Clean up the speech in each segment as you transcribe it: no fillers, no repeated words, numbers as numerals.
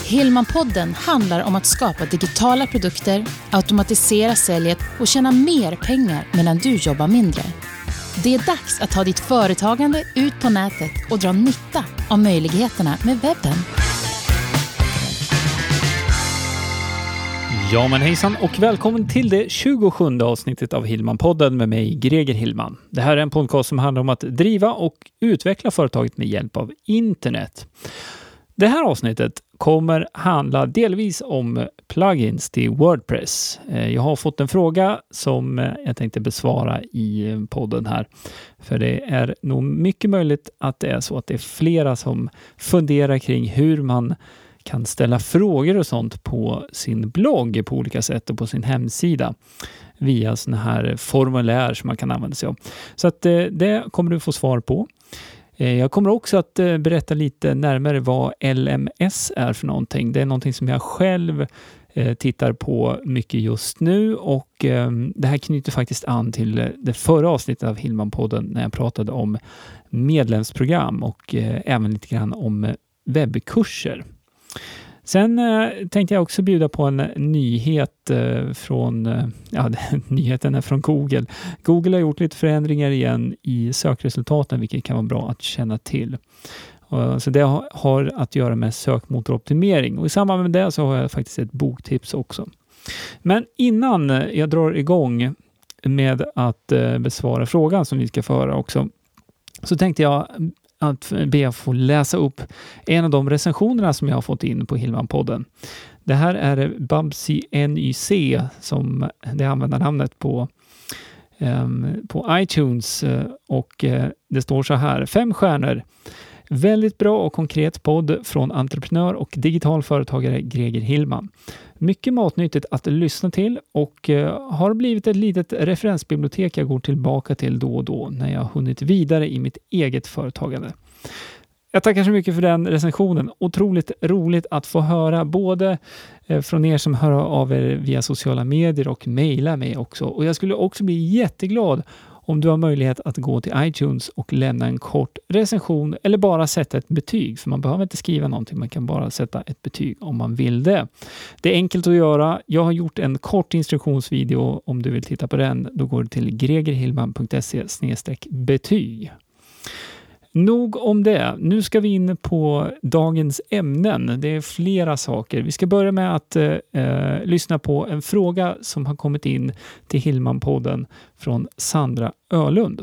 Hillman-podden handlar om att skapa digitala produkter, automatisera säljet och tjäna mer pengar medan du jobbar mindre. Det är dags att ta ditt företagande ut på nätet och dra nytta av möjligheterna med webben. Ja men hejsan och välkommen till det 27:e avsnittet av Hillman-podden med mig Greger Hillman. Det här är en podcast som handlar om att driva och utveckla företaget med hjälp av internet. Det här avsnittet kommer handla delvis om plugins till WordPress. Jag har fått en fråga som jag tänkte besvara i podden här. För det är nog mycket möjligt att det är så att det är flera som funderar kring hur man kan ställa frågor och sånt på sin blogg på olika sätt och på sin hemsida via såna här formulär som man kan använda sig av. Så att det kommer du få svar på. Jag kommer också att berätta lite närmare vad LMS är för någonting. Det är någonting som jag själv tittar på mycket just nu och det här knyter faktiskt an till det förra avsnittet av Hillman-podden när jag pratade om medlemsprogram och även lite grann om webbkurser. Sen tänkte jag också bjuda på en nyhet nyheten är från Google. Google har gjort lite förändringar igen i sökresultaten, vilket kan vara bra att känna till. Så det har att göra med sökmotoroptimering. Och i samband med det så har jag faktiskt ett boktips också. Men innan jag drar igång med att besvara frågan som ni ska få höra också, så tänkte jag att be att få läsa upp en av de recensionerna som jag har fått in på Hillman-podden. Det här är Babsi NYC som det använder namnet på iTunes och det står så här: 5 stjärnor. Väldigt bra och konkret podd från entreprenör och digital företagare Greger Hillman. Mycket matnyttigt att lyssna till och har blivit ett litet referensbibliotek jag går tillbaka till då och då när jag har hunnit vidare i mitt eget företagande. Jag tackar så mycket för den recensionen. Otroligt roligt att få höra både från er som hör av er via sociala medier och mejla mig också. Och jag skulle också bli jätteglad om du har möjlighet att gå till iTunes och lämna en kort recension eller bara sätta ett betyg. För man behöver inte skriva någonting, man kan bara sätta ett betyg om man vill det. Det är enkelt att göra. Jag har gjort en kort instruktionsvideo. Om du vill titta på den, då går du till gregerhillman.se/betyg. Nog om det. Nu ska vi in på dagens ämnen. Det är flera saker. Vi ska börja med att lyssna på en fråga som har kommit in till Hillman-podden från Sandra Ölund.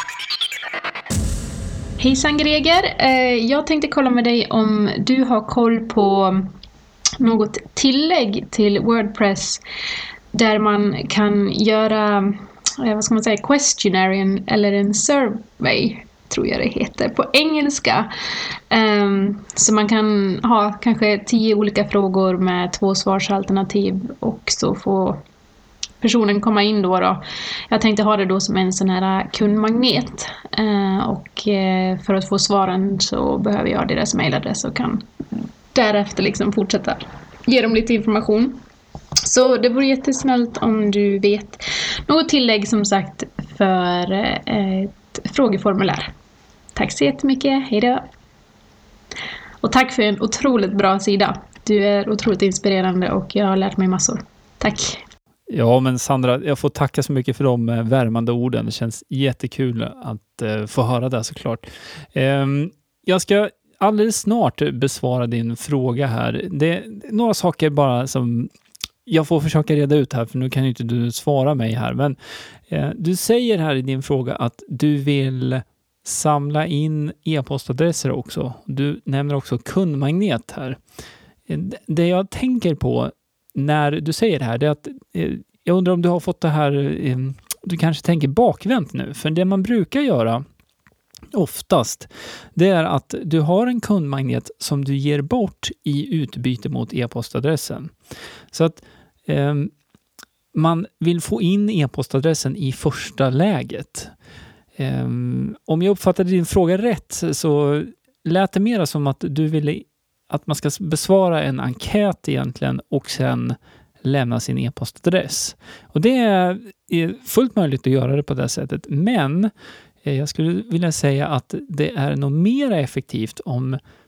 Hejsan Greger. Jag tänkte kolla med dig om du har koll på något tillägg till WordPress där man kan göra questionary eller en survey, tror jag det heter på engelska. Så man kan ha kanske 10 olika frågor med 2 svarsalternativ och så får personen komma in då. Jag tänkte ha det då som en sån här kundmagnet. Och för att få svaren så behöver jag deras mailadress och kan därefter liksom fortsätta ge dem lite information. Så det vore jättesnällt om du vet något tillägg som sagt för ett frågeformulär. Tack så jättemycket, hej då! Och tack för en otroligt bra sida. Du är otroligt inspirerande och jag har lärt mig massor. Tack! Ja men Sandra, jag får tacka så mycket för de värmande orden. Det känns jättekul att få höra det såklart. Jag ska alldeles snart besvara din fråga här. Det är några saker bara som jag får försöka reda ut här, för nu kan ju inte du svara mig här. Men du säger här i din fråga att du vill samla in e-postadresser också. Du nämner också kundmagnet här. Det jag tänker på när du säger det här, det är att jag undrar om du har fått det här, du kanske tänker bakvänt nu. För det man brukar göra oftast, det är att du har en kundmagnet som du ger bort i utbyte mot e-postadressen. Så att man vill få in e-postadressen i första läget. Om jag uppfattade din fråga rätt så lät det mer som att du ville att man ska besvara en enkät egentligen och sen lämna sin e-postadress. Och det är fullt möjligt att göra det på det sättet. Men jag skulle vilja säga att det är nog mer effektivt om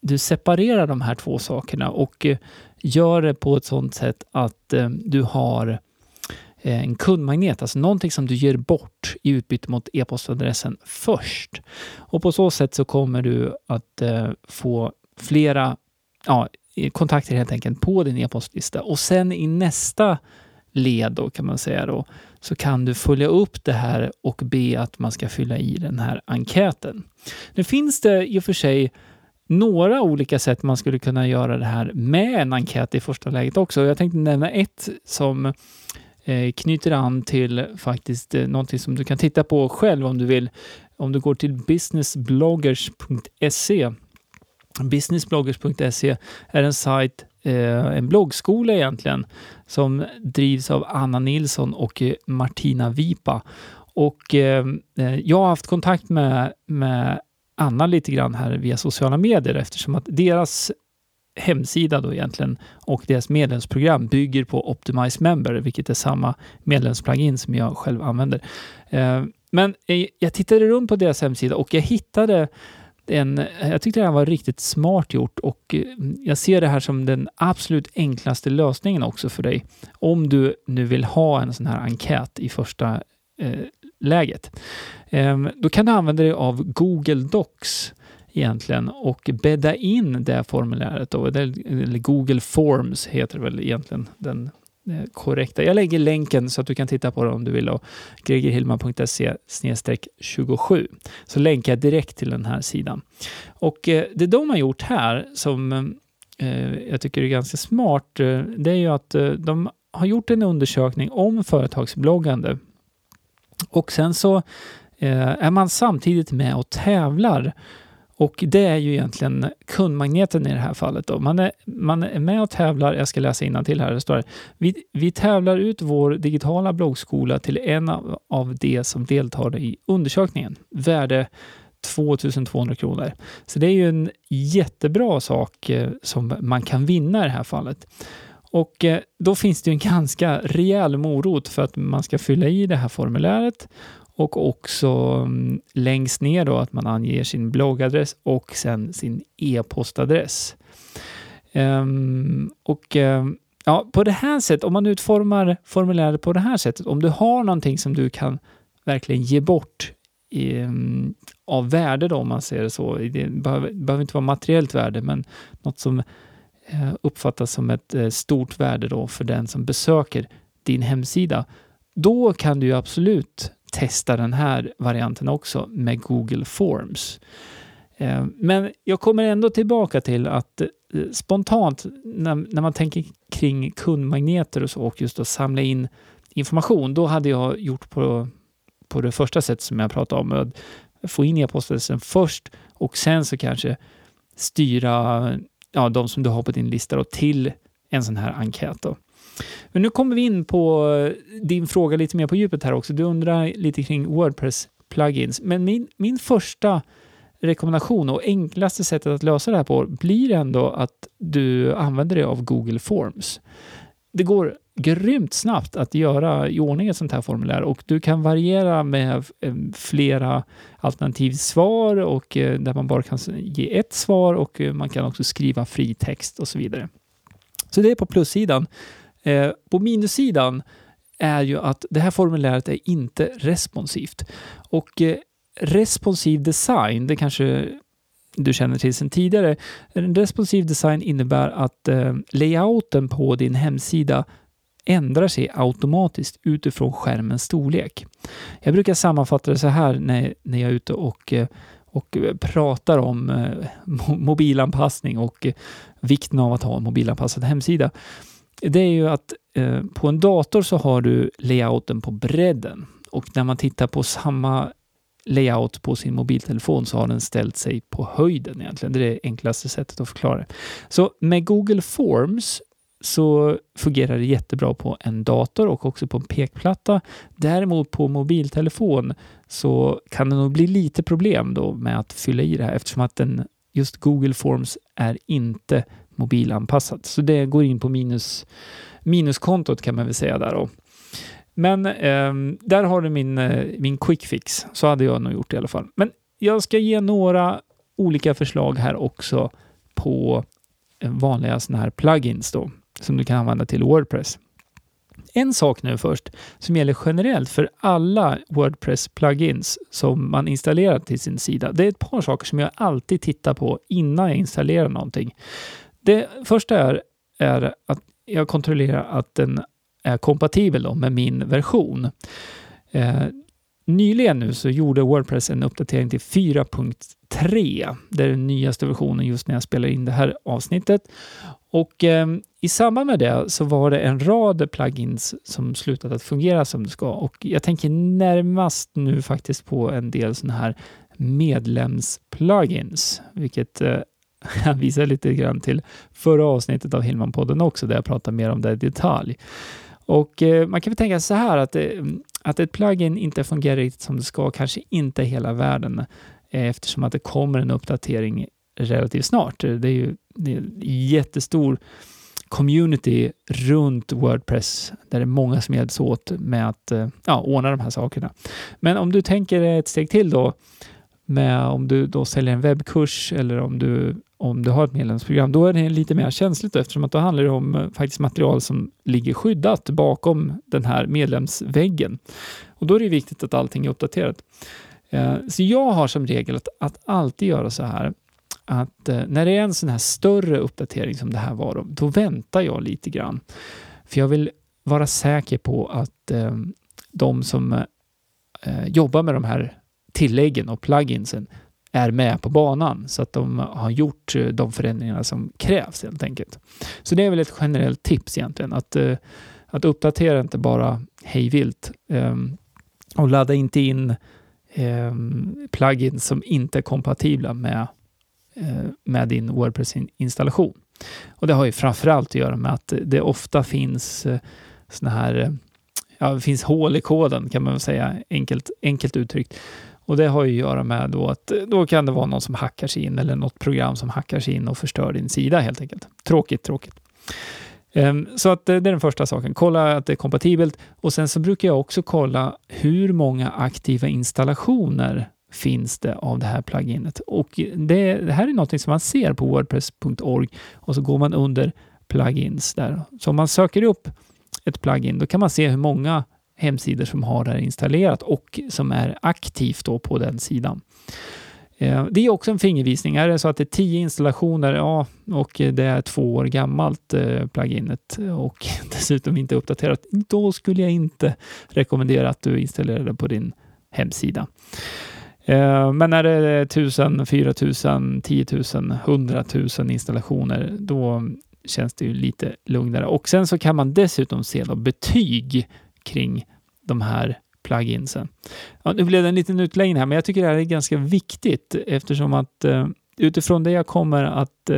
du separerar de här två sakerna och gör det på ett sådant sätt att du har en kundmagnet, alltså någonting som du ger bort i utbyte mot e-postadressen först. Och på så sätt så kommer du att få flera kontakter helt enkelt på din e-postlista. Och sen i nästa led då, kan man säga då, så kan du följa upp det här och be att man ska fylla i den här enkäten. Nu finns det i och för sig några olika sätt man skulle kunna göra det här med en enkät i första läget också. Jag tänkte nämna ett som knyter an till faktiskt någonting som du kan titta på själv om du vill. Om du går till businessbloggers.se. Businessbloggers.se är en sajt, en bloggskola egentligen, som drivs av Anna Nilsson och Martina Vipa. Och jag har haft kontakt med Anna lite grann här via sociala medier, eftersom att deras hemsida då egentligen och deras medlemsprogram bygger på Optimize Member, vilket är samma medlemsplugin som jag själv använder. Men jag tittade runt på deras hemsida och jag hittade jag tyckte det här var riktigt smart gjort, och jag ser det här som den absolut enklaste lösningen också för dig om du nu vill ha en sån här enkät i första läget. Då kan du använda dig av Google Docs egentligen och bädda in det formuläret då, eller Google Forms heter det väl egentligen den korrekta. Jag lägger länken så att du kan titta på det om du vill, och gregerhillman.se/27, så länkar jag direkt till den här sidan. Och det de har gjort här som jag tycker är ganska smart, det är ju att de har gjort en undersökning om företagsbloggande, och sen så är man samtidigt med och tävlar. Och det är ju egentligen kundmagneten i det här fallet då. Man är med och tävlar, jag ska läsa innantill här, det står vi tävlar ut vår digitala bloggskola till en av de som deltar i undersökningen. Värde 2200 kronor. Så det är ju en jättebra sak som man kan vinna i det här fallet. Och då finns det ju en ganska rejäl morot för att man ska fylla i det här formuläret. Och också längst ner då att man anger sin bloggadress och sen sin e-postadress. På det här sättet, om man utformar formuläret på det här sättet, om du har någonting som du kan verkligen ge bort av värde då, om man ser det så. Det behöver inte vara materiellt värde, men något som uppfattas som ett stort värde då för den som besöker din hemsida. Då kan du ju absolut testa den här varianten också med Google Forms. Men jag kommer ändå tillbaka till att spontant när man tänker kring kundmagneter och så, och just att samla in information, då hade jag gjort på det första sättet som jag pratade om, att få in e-postadressen först och sen så kanske styra de som du har på din lista då, till en sån här enkät då. Men nu kommer vi in på din fråga lite mer på djupet här också. Du undrar lite kring WordPress-plugins. Men min första rekommendation och enklaste sättet att lösa det här på blir ändå att du använder dig av Google Forms. Det går grymt snabbt att göra i ordning ett sånt här formulär, och du kan variera med flera alternativsvar och där man bara kan ge ett svar, och man kan också skriva fri text och så vidare. Så det är på plussidan. På minussidan är ju att det här formuläret är inte responsivt. Och responsiv design, det kanske du känner till sedan tidigare. En responsiv design innebär att layouten på din hemsida ändrar sig automatiskt utifrån skärmens storlek. Jag brukar sammanfatta det så här när jag är ute och pratar om mobilanpassning och vikten av att ha en mobilanpassad hemsida. Det är ju att på en dator så har du layouten på bredden, och när man tittar på samma layout på sin mobiltelefon så har den ställt sig på höjden egentligen. Det är det enklaste sättet att förklara det. Så med Google Forms så fungerar det jättebra på en dator och också på en pekplatta. Däremot på mobiltelefon så kan det nog bli lite problem då med att fylla i det här, eftersom att just Google Forms är inte mobilanpassat. Så det går in på minuskontot kan man väl säga där då. Men där har du min quick fix. Så hade jag nog gjort i alla fall. Men jag ska ge några olika förslag här också på vanliga såna här plugins då, som du kan använda till WordPress. En sak nu först som gäller generellt för alla WordPress-plugins som man installerar till sin sida. Det är ett par saker som jag alltid tittar på innan jag installerar någonting. Det första är att jag kontrollerar att den är kompatibel då med min version. Nyligen nu så gjorde WordPress en uppdatering till 4.3. Det är den nyaste versionen just när jag spelar in det här avsnittet. Och i samband med det så var det en rad plugins som slutade att fungera som det ska. Och jag tänker närmast nu faktiskt på en del sådana här medlemsplugins. Vilket jag visar lite grann till förra avsnittet av Hillman-podden också, där jag pratar mer om det i detalj. Och man kan väl tänka så här att ett plugin inte fungerar riktigt som det ska, kanske inte i hela världen, eftersom att det kommer en uppdatering relativt snart. Det är ju en jättestor community runt WordPress där det är många som hjälps åt med att ordna de här sakerna. Men om du tänker ett steg till då, om du då säljer en webbkurs eller om du har ett medlemsprogram, då är det lite mer känsligt eftersom att då handlar det om faktiskt material som ligger skyddat bakom den här medlemsväggen. Och då är det viktigt att allting är uppdaterat. Så jag har som regel att alltid göra så här att när det är en sån här större uppdatering som det här var då väntar jag lite grann. För jag vill vara säker på att de som jobbar med de här tilläggen och pluginsen är med på banan så att de har gjort de förändringarna som krävs helt enkelt. Så det är väl ett generellt tips egentligen att uppdatera inte bara hejvilt och ladda inte in plugins som inte är kompatibla med din WordPress-installation. Och det har ju framförallt att göra med att det ofta finns såna här det finns hål i koden kan man väl säga enkelt uttryckt. Och det har ju att göra med då att då kan det vara någon som hackar sig in eller något program som hackar sig in och förstör din sida helt enkelt. Tråkigt. Så att det är den första saken. Kolla att det är kompatibelt. Och sen så brukar jag också kolla hur många aktiva installationer finns det av det här pluginet. Och det här är något som man ser på wordpress.org och så går man under plugins där. Så om man söker upp ett plugin då kan man se hur många hemsidor som har det här installerat och som är aktivt då på den sidan. Det är också en fingervisning. Är det så att det är 10 installationer och det är 2 år gammalt pluginet och dessutom inte uppdaterat, då skulle jag inte rekommendera att du installerar det på din hemsida. Men när det är 1000, 4000, 10 000, 100 000 installationer, då känns det ju lite lugnare. Och sen så kan man dessutom se då betyg kring de här pluginsen. Nu blev det en liten utläggning här, men jag tycker det här är ganska viktigt eftersom att utifrån det jag kommer att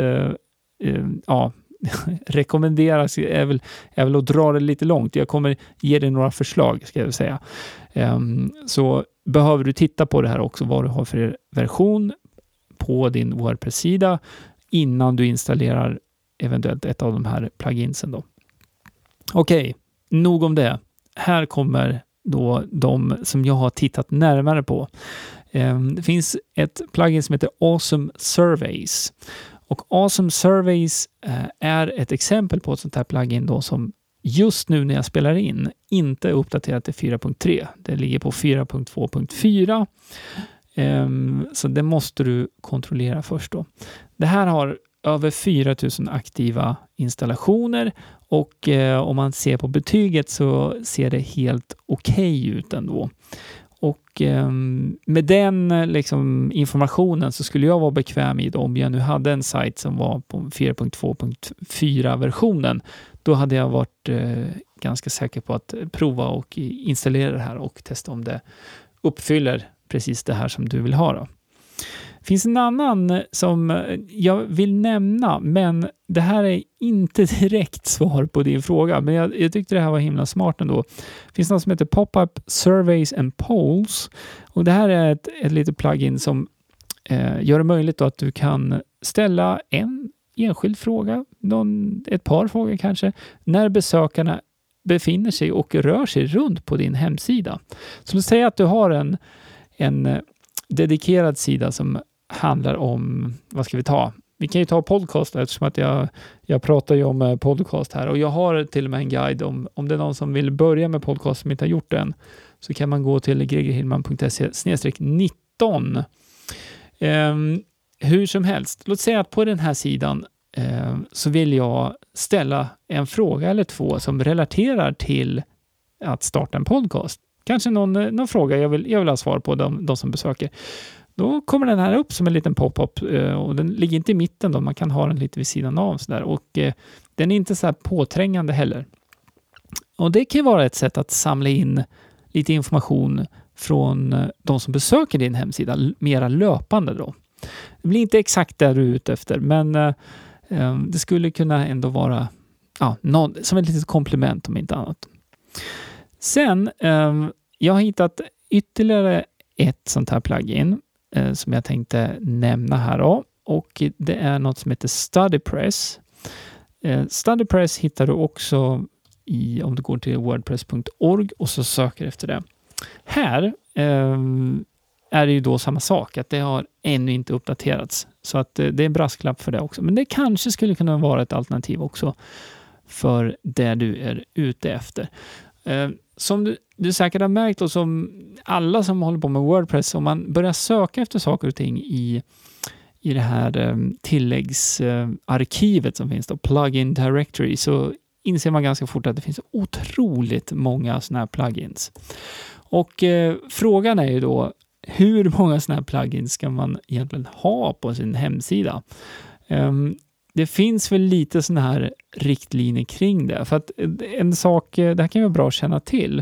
rekommenderas är väl att dra det lite långt. Jag kommer ge dig några förslag ska jag säga. Så behöver du titta på det här också, vad du har för version på din WordPress-sida innan du installerar eventuellt ett av de här pluginsen då. Okej, nog om det. Här kommer då de som jag har tittat närmare på. Det finns ett plugin som heter Awesome Surveys. Och Awesome Surveys är ett exempel på ett sånt här plugin då som just nu när jag spelar in inte är uppdaterat till 4.3. Det ligger på 4.2.4. Så det måste du kontrollera först då. Det här har över 4000 aktiva installationer och om man ser på betyget så ser det helt okej ut ändå. Och med den informationen så skulle jag vara bekväm i det om jag nu hade en sajt som var på 4.2.4-versionen. Då hade jag varit ganska säker på att prova och installera det här och testa om det uppfyller precis det här som du vill ha då. Det finns en annan som jag vill nämna, men det här är inte direkt svar på din fråga, men jag tyckte det här var himla smart ändå. Det finns något som heter Pop-up Surveys and Polls och det här är ett litet plugin som gör det möjligt då att du kan ställa en enskild fråga, ett par frågor kanske, när besökarna befinner sig och rör sig runt på din hemsida. Så låt säga att du har en dedikerad sida som handlar om, vad ska vi ta? Vi kan ju ta podcast eftersom att jag pratar ju om podcast här. Och jag har till och med en guide om det är någon som vill börja med podcast som inte har gjort det än. Så kan man gå till gregerhillman.se/19. Hur som helst, låt säga att på den här sidan så vill jag ställa en fråga eller två som relaterar till att starta en podcast. Kanske någon fråga jag vill ha svar på, de som besöker. Då kommer den här upp som en liten pop-up och den ligger inte i mitten då, man kan ha den lite vid sidan av sådär. Och den är inte så här påträngande heller. Och det kan vara ett sätt att samla in lite information från de som besöker din hemsida mera löpande då. Det blir inte exakt där du är ute efter, men det skulle kunna ändå vara som ett litet komplement om inte annat. Sen, jag har hittat ytterligare ett sånt här plugin som jag tänkte nämna här då. Och det är något som heter StudyPress. StudyPress hittar du också om du går till wordpress.org och så söker efter det. Här är det ju då samma sak, att det har ännu inte uppdaterats. Så att det är en brasklapp för det också. Men det kanske skulle kunna vara ett alternativ också för det du är ute efter. Som du säkert har märkt och som alla som håller på med WordPress, om man börjar söka efter saker och ting i det här tilläggsarkivet som finns då, plugin directory, så inser man ganska fort att det finns otroligt många såna här plugins. Och frågan är ju då, hur många såna här plugins ska man egentligen ha på sin hemsida? Det finns väl lite såna här riktlinjer kring det. För att en sak, det här kan vara bra att känna till.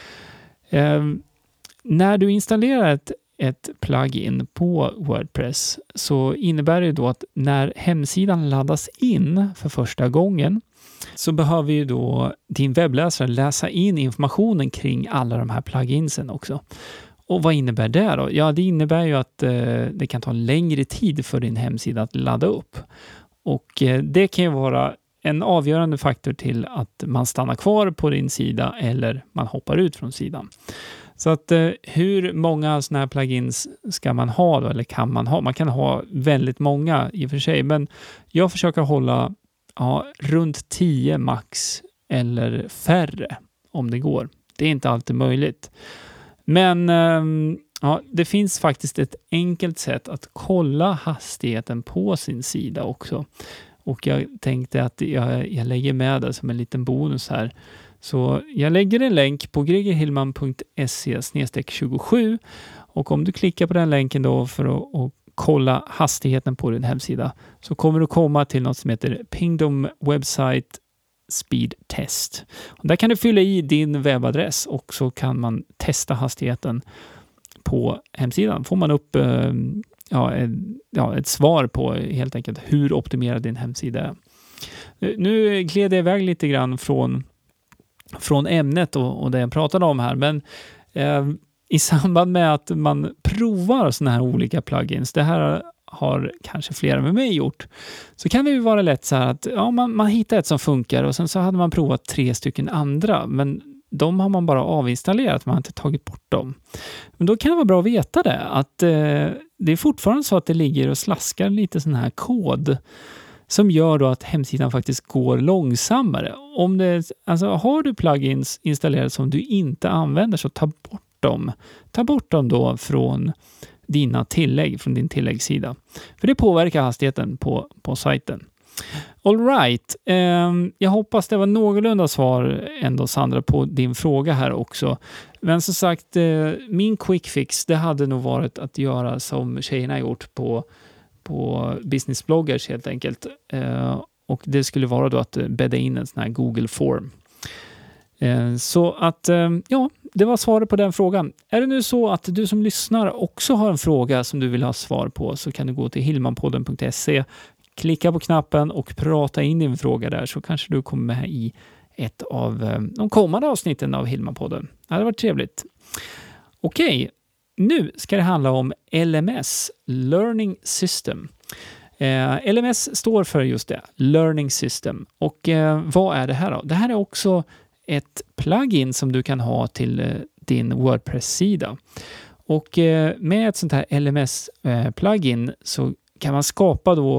När du installerar ett plugin på WordPress så innebär det då att när hemsidan laddas in för första gången så behöver ju då din webbläsare läsa in informationen kring alla de här pluginsen också. Och vad innebär det då? Ja, det innebär ju att det kan ta en längre tid för din hemsida att ladda upp. Och det kan ju vara en avgörande faktor till att man stannar kvar på din sida eller man hoppar ut från sidan. Så att hur många såna här plugins ska man ha då, eller kan man ha? Man kan ha väldigt många i och för sig, men jag försöker hålla runt 10 max eller färre om det går. Det är inte alltid möjligt. Men det finns faktiskt ett enkelt sätt att kolla hastigheten på sin sida också. Och jag tänkte att jag lägger med det som en liten bonus här. Så jag lägger en länk på gregerhillman.se/27 och om du klickar på den länken då för att kolla hastigheten på din hemsida så kommer du komma till något som heter Pingdom Website Speed Test. Och där kan du fylla i din webbadress och så kan man testa hastigheten på hemsidan. Får man upp ett svar på helt enkelt hur optimerad din hemsida är. Nu gled jag iväg lite grann från ämnet och det jag pratade om här, men i samband med att man provar såna här olika plugins, det här har kanske flera med mig gjort, så kan det ju vara lätt så här att man hittar ett som funkar och sen så hade man provat 3 stycken andra, men de har man bara avinstallerat, man har inte tagit bort dem. Men då kan det vara bra att veta det, att det är fortfarande så att det ligger och slaskar lite sån här kod som gör då att hemsidan faktiskt går långsammare. Har du plugins installerade som du inte använder så ta bort dem. Ta bort dem då från dina tillägg, från din tilläggssida. För det påverkar hastigheten på sajten. All right. Jag hoppas det var någorlunda svar ändå, Sandra, på din fråga här också. Men som sagt, min quick fix, det hade nog varit att göra som tjejerna har gjort på Business Bloggers helt enkelt. Och det skulle vara då att bädda in en sån här Google Form. Så att, det var svaret på den frågan. Är det nu så att du som lyssnar också har en fråga som du vill ha svar på, så kan du gå till hillmanpodden.se, klicka på knappen och prata in din fråga där, så kanske du kommer med i ett av de kommande avsnitten av Hillmanpodden. Det hade varit trevligt. Okej, nu ska det handla om LMS, Learning System. LMS står för just det, Learning System. Och vad är det här då? Det här är också ett plugin som du kan ha till din WordPress-sida. Och med ett sånt här LMS-plugin så kan man skapa då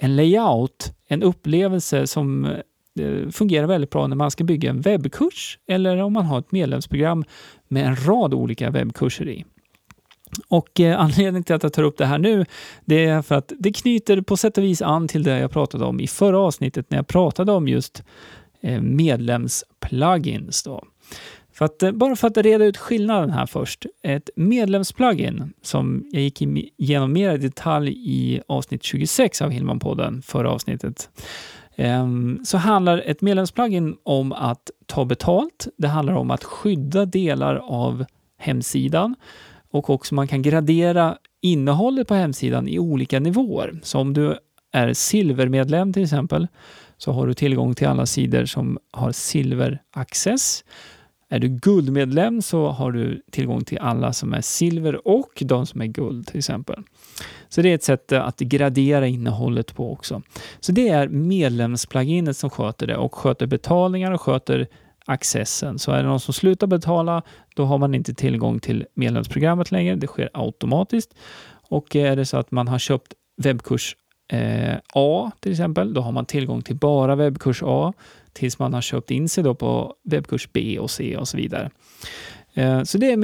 en layout, en upplevelse som fungerar väldigt bra när man ska bygga en webbkurs eller om man har ett medlemsprogram med en rad olika webbkurser i. Och anledningen till att jag tar upp det här nu, det är för att det knyter på sätt och vis an till det jag pratade om i förra avsnittet när jag pratade om just medlemsplugins då. Bara för att reda ut skillnaden här först. Ett medlemsplugin som jag gick igenom mer i detalj i avsnitt 26 av Hillman-podden, förra avsnittet. Så handlar ett medlemsplugin om att ta betalt. Det handlar om att skydda delar av hemsidan. Och också man kan gradera innehållet på hemsidan i olika nivåer. Så om du är silvermedlem till exempel så har du tillgång till alla sidor som har silver access. Är du guldmedlem så har du tillgång till alla som är silver och de som är guld till exempel. Så det är ett sätt att gradera innehållet på också. Så det är medlemspluginet som sköter det och sköter betalningar och sköter accessen. Så är det någon som slutar betala, då har man inte tillgång till medlemsprogrammet längre. Det sker automatiskt. Och är det så att man har köpt webbkurs A till exempel, då har man tillgång till bara webbkurs A tills man har köpt in sig då på webbkurs B och C och så vidare. Så det är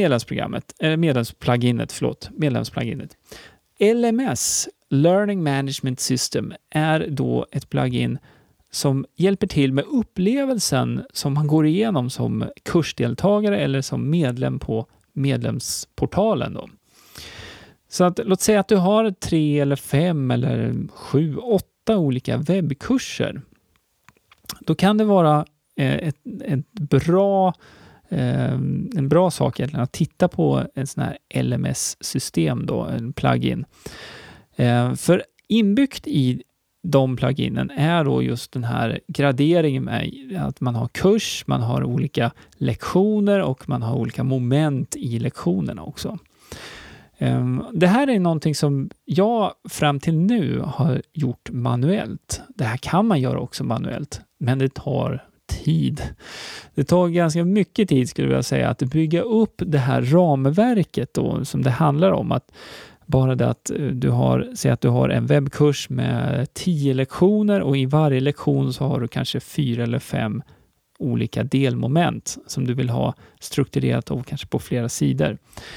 medlemspluginet. LMS, Learning Management System, är då ett plugin som hjälper till med upplevelsen som man går igenom som kursdeltagare eller som medlem på medlemsportalen då. Så att låt säga att du har 3 eller 5 eller 7, 8 olika webbkurser. Då kan det vara en bra sak egentligen att titta på en sån här LMS-system då, en plugin. För inbyggt i de pluginen är då just den här graderingen med att man har kurs, man har olika lektioner och man har olika moment i lektionerna också. Det här är någonting som jag fram till nu har gjort manuellt. Det här kan man göra också manuellt, men det tar tid. Det tar ganska mycket tid skulle jag säga att bygga upp det här ramverket då, som det handlar om. Att bara det att säg att du har en webbkurs med 10 lektioner och i varje lektion så har du kanske 4 eller 5 olika delmoment som du vill ha strukturerat och kanske på flera sidor.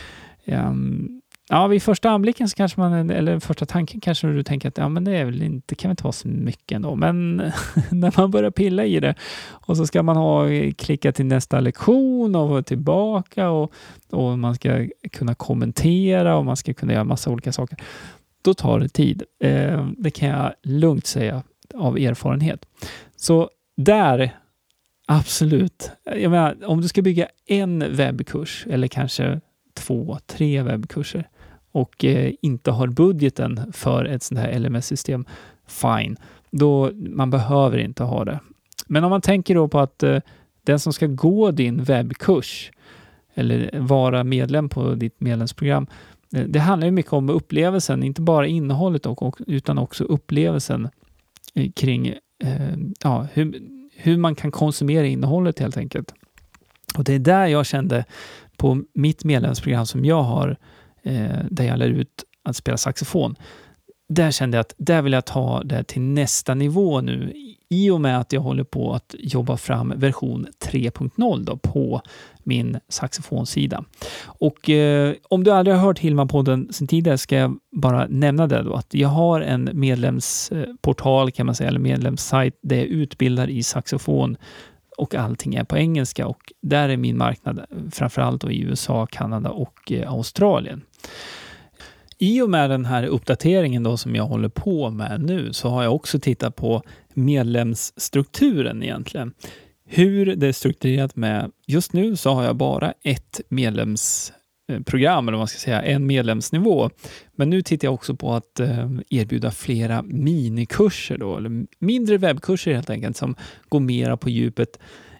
Vid första anblicken så kanske eller första tanken kanske du tänker att men det är väl inte, kan inte vara så mycket ändå. Men när man börjar pilla i det och så ska man klicka till nästa lektion och vara tillbaka och man ska kunna kommentera och man ska kunna göra massa olika saker. Då tar det tid. Det kan jag lugnt säga av erfarenhet. Så där, absolut. Jag menar, om du ska bygga en webbkurs eller kanske 2-3 webbkurser och inte har budgeten för ett sånt här LMS-system, fine. Då man behöver inte ha det. Men om man tänker då på att den som ska gå din webbkurs eller vara medlem på ditt medlemsprogram, det handlar ju mycket om upplevelsen, inte bara innehållet utan också upplevelsen kring hur man kan konsumera innehållet helt enkelt. Och det är där jag kände på mitt medlemsprogram som jag har där jag lär ut att spela saxofon. Där kände jag att där vill jag ta det till nästa nivå nu i och med att jag håller på att jobba fram version 3.0 då på min saxofonsida. Och om du aldrig har hört Hillman-podden sen tidigare ska jag bara nämna det då att jag har en medlemsportal kan man säga eller medlemssajt där jag utbildar i saxofon och allting är på engelska och där är min marknad framförallt i USA, Kanada och Australien. I och med den här uppdateringen då som jag håller på med nu så har jag också tittat på medlemsstrukturen egentligen. Hur det är strukturerat med, just nu så har jag bara ett medlemsprogram eller vad man ska säga, en medlemsnivå. Men nu tittar jag också på att erbjuda flera minikurser då, eller mindre webbkurser helt enkelt som går mera på djupet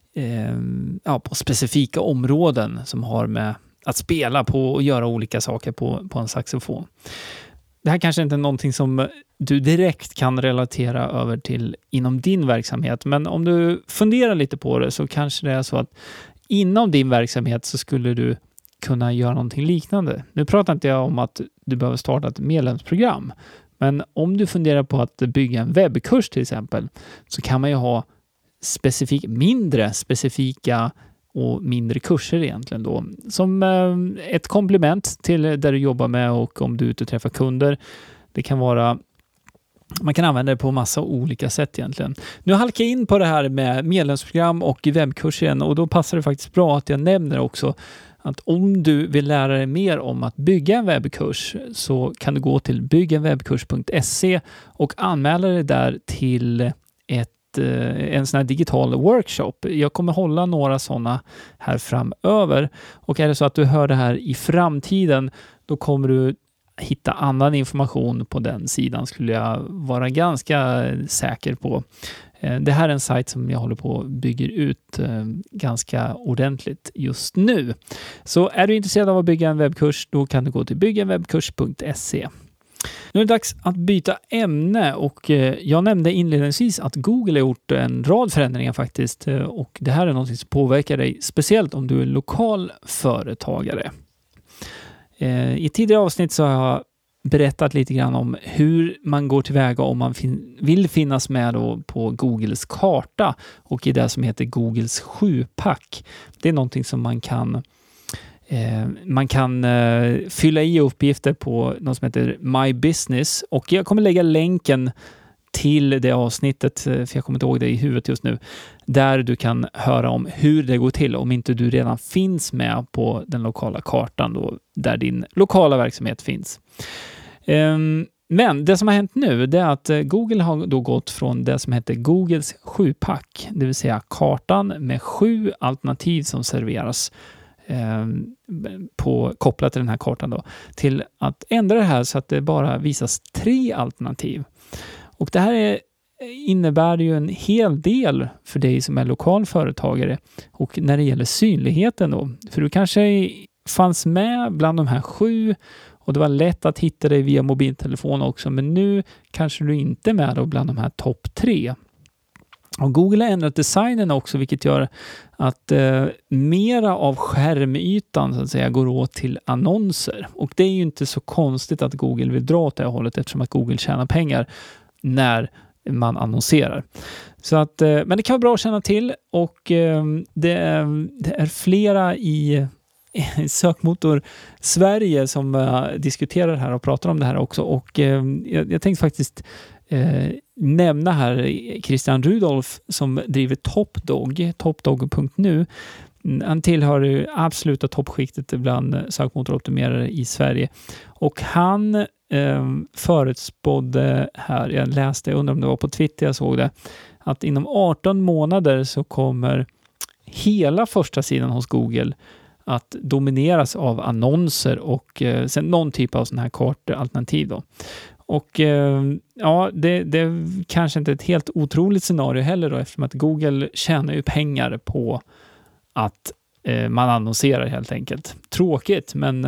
på specifika områden som har med att spela på och göra olika saker på en saxofon. Det här kanske inte är någonting som du direkt kan relatera över till inom din verksamhet, men om du funderar lite på det så kanske det är så att inom din verksamhet så skulle du kunna göra någonting liknande. Nu pratar inte jag om att du behöver starta ett medlemsprogram, Men om du funderar på att bygga en webbkurs till exempel, så kan man ju ha mindre specifika och mindre kurser egentligen då. Som ett komplement till där du jobbar med, och om du är ute och träffar kunder. Det kan vara, man kan använda det på massa olika sätt egentligen. Nu halkar jag in på det här med medlemsprogram och webbkurs igen, och då passar det faktiskt bra att jag nämner också att om du vill lära dig mer om att bygga en webbkurs, så kan du gå till byggenwebbkurs.se och anmäla dig där till en sån här digital workshop. Jag kommer hålla några sådana här framöver, och är det så att du hör det här i framtiden, då kommer du hitta annan information på den sidan, skulle jag vara ganska säker på. Det här är en sajt som jag håller på att bygger ut ganska ordentligt just nu. Så är du intresserad av att bygga en webbkurs, då kan du gå till byggenwebbkurs.se. Nu är det dags att byta ämne, och jag nämnde inledningsvis att Google har gjort en rad förändringar faktiskt, och det här är något som påverkar dig, speciellt om du är lokal företagare. I tidigare avsnitt så har jag berättat lite grann om hur man går tillväga om man vill finnas med då på Googles karta och i det som heter Googles 7-pack. Det är någonting som man kan fylla i uppgifter på något som heter My Business, och jag kommer lägga länken till det avsnittet, för jag kommer inte ihåg det i huvudet just nu, där du kan höra om hur det går till om inte du redan finns med på den lokala kartan då, där din lokala verksamhet finns. Men det som har hänt nu, det är att Google har då gått från det som heter Googles 7-pack, det vill säga kartan med 7 alternativ som serveras kopplat till den här kartan då, till att ändra det här så att det bara visas 3 alternativ. Och det här innebär ju en hel del för dig som är lokal företagare, och när det gäller synligheten då, för du kanske fanns med bland de här 7 och det var lätt att hitta dig via mobiltelefon också, men nu kanske du inte är med då bland de här topp 3. Och Google har ändrat designen också, vilket gör att mera av skärmytan så att säga går åt till annonser. Och det är ju inte så konstigt att Google vill dra åt det hållet, eftersom att Google tjänar pengar när man annonserar. Så att, men det kan vara bra att känna till, och det är flera i sökmotor Sverige som diskuterar det här och pratar om det här också. Och jag tänkte faktiskt nämna här Christian Rudolf som driver topdog.nu. Han tillhör det absoluta toppskiktet bland sökmotoroptimerare i Sverige. Och han förutspådde här, jag undrar om det var på Twitter jag såg det, att inom 18 månader så kommer hela första sidan hos Google att domineras av annonser och sen någon typ av sån här kartalternativ då. Och ja, det är kanske inte ett helt otroligt scenario heller då, eftersom att Google tjänar ju pengar på att man annonserar helt enkelt. Tråkigt, men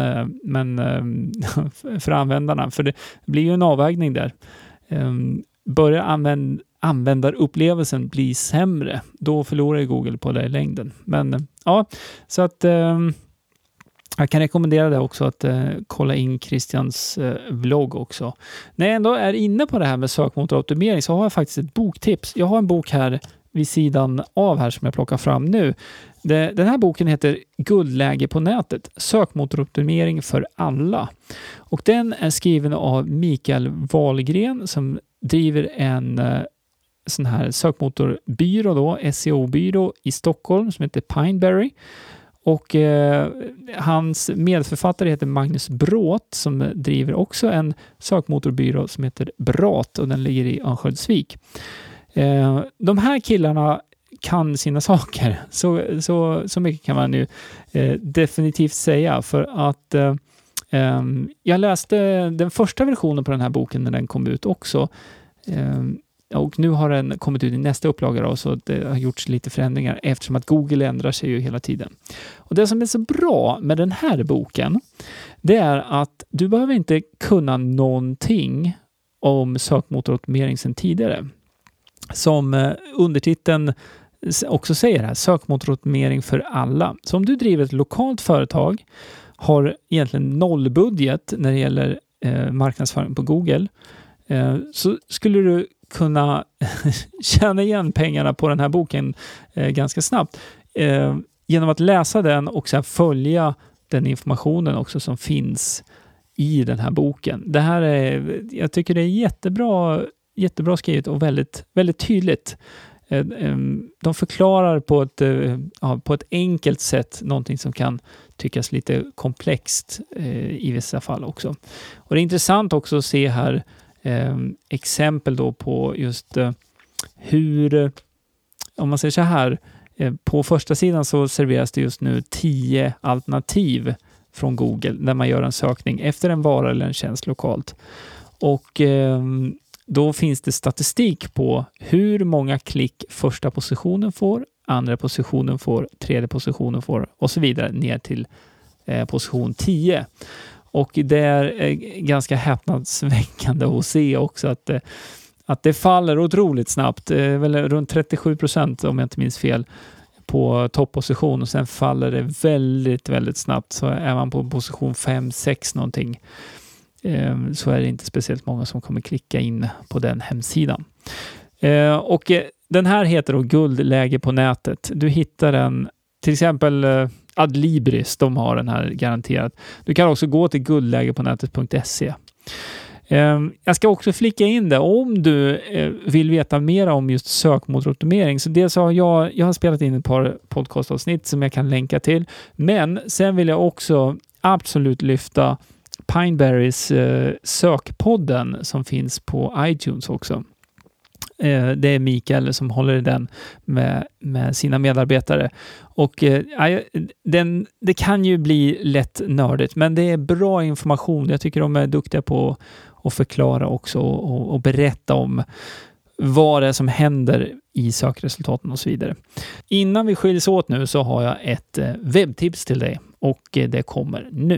för användarna, för det blir ju en avvägning där. Börjar användarupplevelsen bli sämre, då förlorar Google på det i längden. Men ja, så att jag kan rekommendera det också, att kolla in Christians vlogg också. När jag ändå är inne på det här med sökmotoroptimering så har jag faktiskt ett boktips. Jag har en bok här vid sidan av här som jag plockar fram nu. Den här boken heter Guldläge på nätet, sökmotoroptimering för alla. Och den är skriven av Mikael Wahlgren som driver en sån här sökmotorbyrå då, SEO-byrå i Stockholm som heter Pineberry. Och hans medförfattare heter Magnus Bråt som driver också en sökmotorbyrå som heter Brat, och den ligger i Örnsköldsvik. De här killarna kan sina saker. Så mycket kan man nu definitivt säga, för att jag läste den första versionen på den här boken när den kom ut också. Och nu har den kommit ut i nästa upplaga då, så det har gjorts lite förändringar eftersom att Google ändrar sig ju hela tiden. Och det som är så bra med den här boken, det är att du behöver inte kunna någonting om sökmotoroptimering sedan tidigare. Som undertiteln också säger här, sökmotoroptimering för alla. Så om du driver ett lokalt företag, har egentligen nollbudget när det gäller marknadsföring på Google, så skulle du kunna tjäna igen pengarna på den här boken ganska snabbt genom att läsa den och sen följa den informationen också som finns i den här boken. Det här jag tycker det är jättebra skrivet och väldigt, väldigt tydligt. De förklarar på ett enkelt sätt någonting som kan tyckas lite komplext i vissa fall också. Och det är intressant också att se här exempel då på just hur, om man säger så här, på första sidan så serveras det just nu 10 alternativ från Google när man gör en sökning efter en vara eller en tjänst lokalt. Och då finns det statistik på hur många klick första positionen får, andra positionen får, tredje positionen får och så vidare ner till position 10. Och det är ganska häpnadsväckande att se också att det faller otroligt snabbt, väl runt 37% om jag inte minns fel, på toppposition, och sen faller det väldigt, väldigt snabbt. Så är man på position 5-6 någonting, så är det inte speciellt många som kommer klicka in på den hemsidan. Och den här heter då Guldläge på nätet. Du hittar den, till exempel Adlibris, de har den här garanterat. Du kan också gå till guldlägeponätet.se. Jag ska också flika in det om du vill veta mer om just sökmotoroptimering. Så dels har jag har spelat in ett par podcastavsnitt som jag kan länka till. Men sen vill jag också absolut lyfta Pineberrys sökpodden som finns på iTunes också. Det är Mikael som håller i den med sina medarbetare. Och det kan ju bli lätt nördigt, men det är bra information. Jag tycker de är duktiga på att förklara också och berätta om vad det är som händer i sökresultaten och så vidare. Innan vi skiljs åt nu så har jag ett webbtips till dig, och det kommer nu.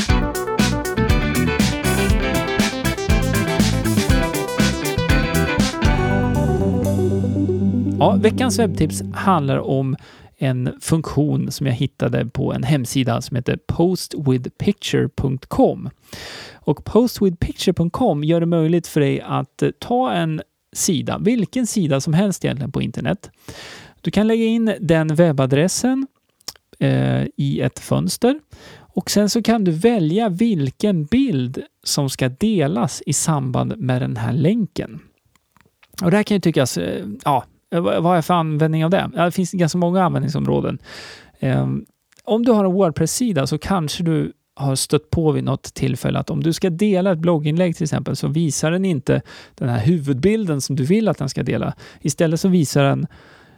Ja, veckans webbtips handlar om en funktion som jag hittade på en hemsida som heter postwithpicture.com. Och postwithpicture.com gör det möjligt för dig att ta en sida, vilken sida som helst egentligen på internet. Du kan lägga in den webbadressen i ett fönster, och sen så kan du välja vilken bild som ska delas i samband med den här länken. Och det här kan ju tyckas, vad är för användning av det? Det finns ganska många användningsområden. Om du har en WordPress-sida så kanske du har stött på vid något tillfälle att om du ska dela ett blogginlägg till exempel, så visar den inte den här huvudbilden som du vill att den ska dela. Istället så visar den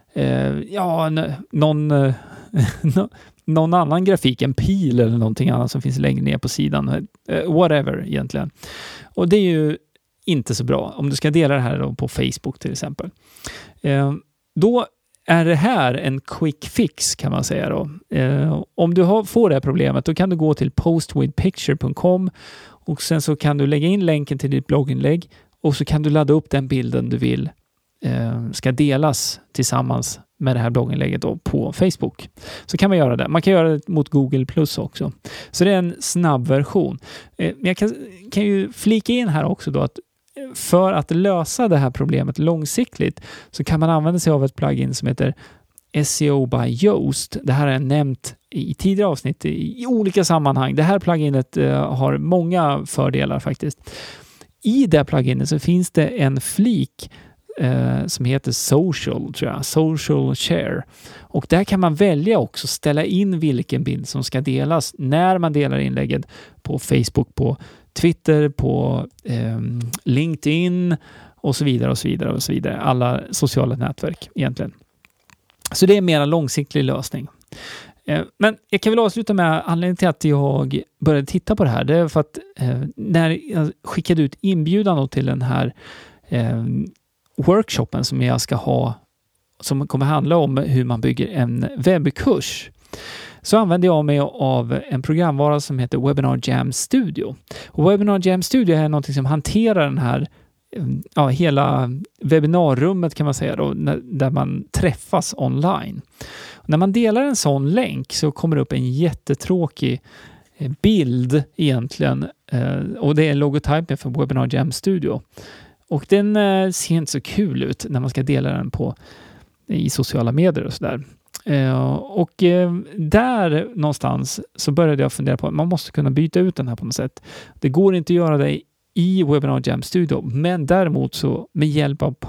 någon annan grafik, en pil eller någonting annat som finns längre ner på sidan. Whatever egentligen. Och det är ju inte så bra om du ska dela det här då på Facebook till exempel. Då är det här en quick fix, kan man säga då. Om du får det här problemet, då kan du gå till postwithpicture.com, och sen så kan du lägga in länken till ditt blogginlägg, och så kan du ladda upp den bilden du vill ska delas tillsammans med det här blogginlägget då på Facebook. Så kan man göra det. Man kan göra det mot Google Plus också. Så det är en snabb version. Men jag kan ju flika in här också då att för att lösa det här problemet långsiktigt så kan man använda sig av ett plugin som heter SEO by Yoast. Det här är nämnt i tidigare avsnitt i olika sammanhang. Det här pluginet har många fördelar faktiskt. I det pluginet så finns det en flik som heter Social, tror jag. Social Share. Och där kan man välja också ställa in vilken bild som ska delas när man delar inlägget på Facebook, på Twitter, på LinkedIn och så vidare och så vidare och så vidare. Alla sociala nätverk egentligen. Så det är en mer långsiktig lösning. Men jag kan väl avsluta med anledningen till att jag började titta på det här. Det är för att när jag skickade ut inbjudan till den här workshopen som jag ska ha, som kommer handla om hur man bygger en webbkurs, så använder jag mig av en programvara som heter Webinar Jam Studio. Och Webinar Jam Studio är något som hanterar den här hela webbinarrummet, kan man säga då, där man träffas online. Och när man delar en sån länk så kommer det upp en jättetråkig bild egentligen. Och det är logotypen för Webinar Jam Studio. Och den ser inte så kul ut när man ska dela den i sociala medier och sådär. Och där någonstans så började jag fundera på att man måste kunna byta ut den här på något sätt. Det går inte att göra det i Webinar Jam Studio, men däremot så med hjälp av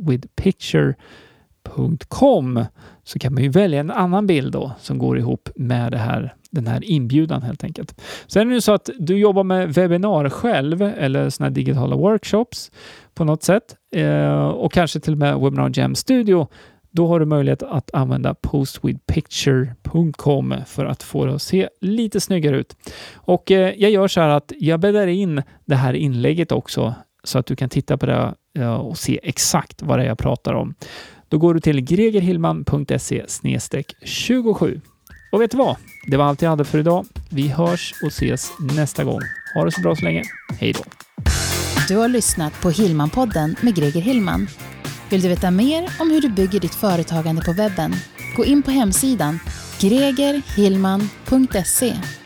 postwithpicture.com så kan man ju välja en annan bild då som går ihop med den här inbjudan helt enkelt. Sen är det så att du jobbar med webbinar själv eller såna här digitala workshops på något sätt och kanske till och med Webinar Jam Studio. Då har du möjlighet att använda postwithpicture.com för att få det att se lite snyggare ut. Och jag gör så här att jag bäddar in det här inlägget också så att du kan titta på det och se exakt vad det är jag pratar om. Då går du till gregerhillman.se/27. Och vet du vad? Det var allt jag hade för idag. Vi hörs och ses nästa gång. Ha det så bra så länge. Hej då! Du har lyssnat på Hillman-podden med Greger Hillman. Vill du veta mer om hur du bygger ditt företagande på webben? Gå in på hemsidan gregerhillman.se.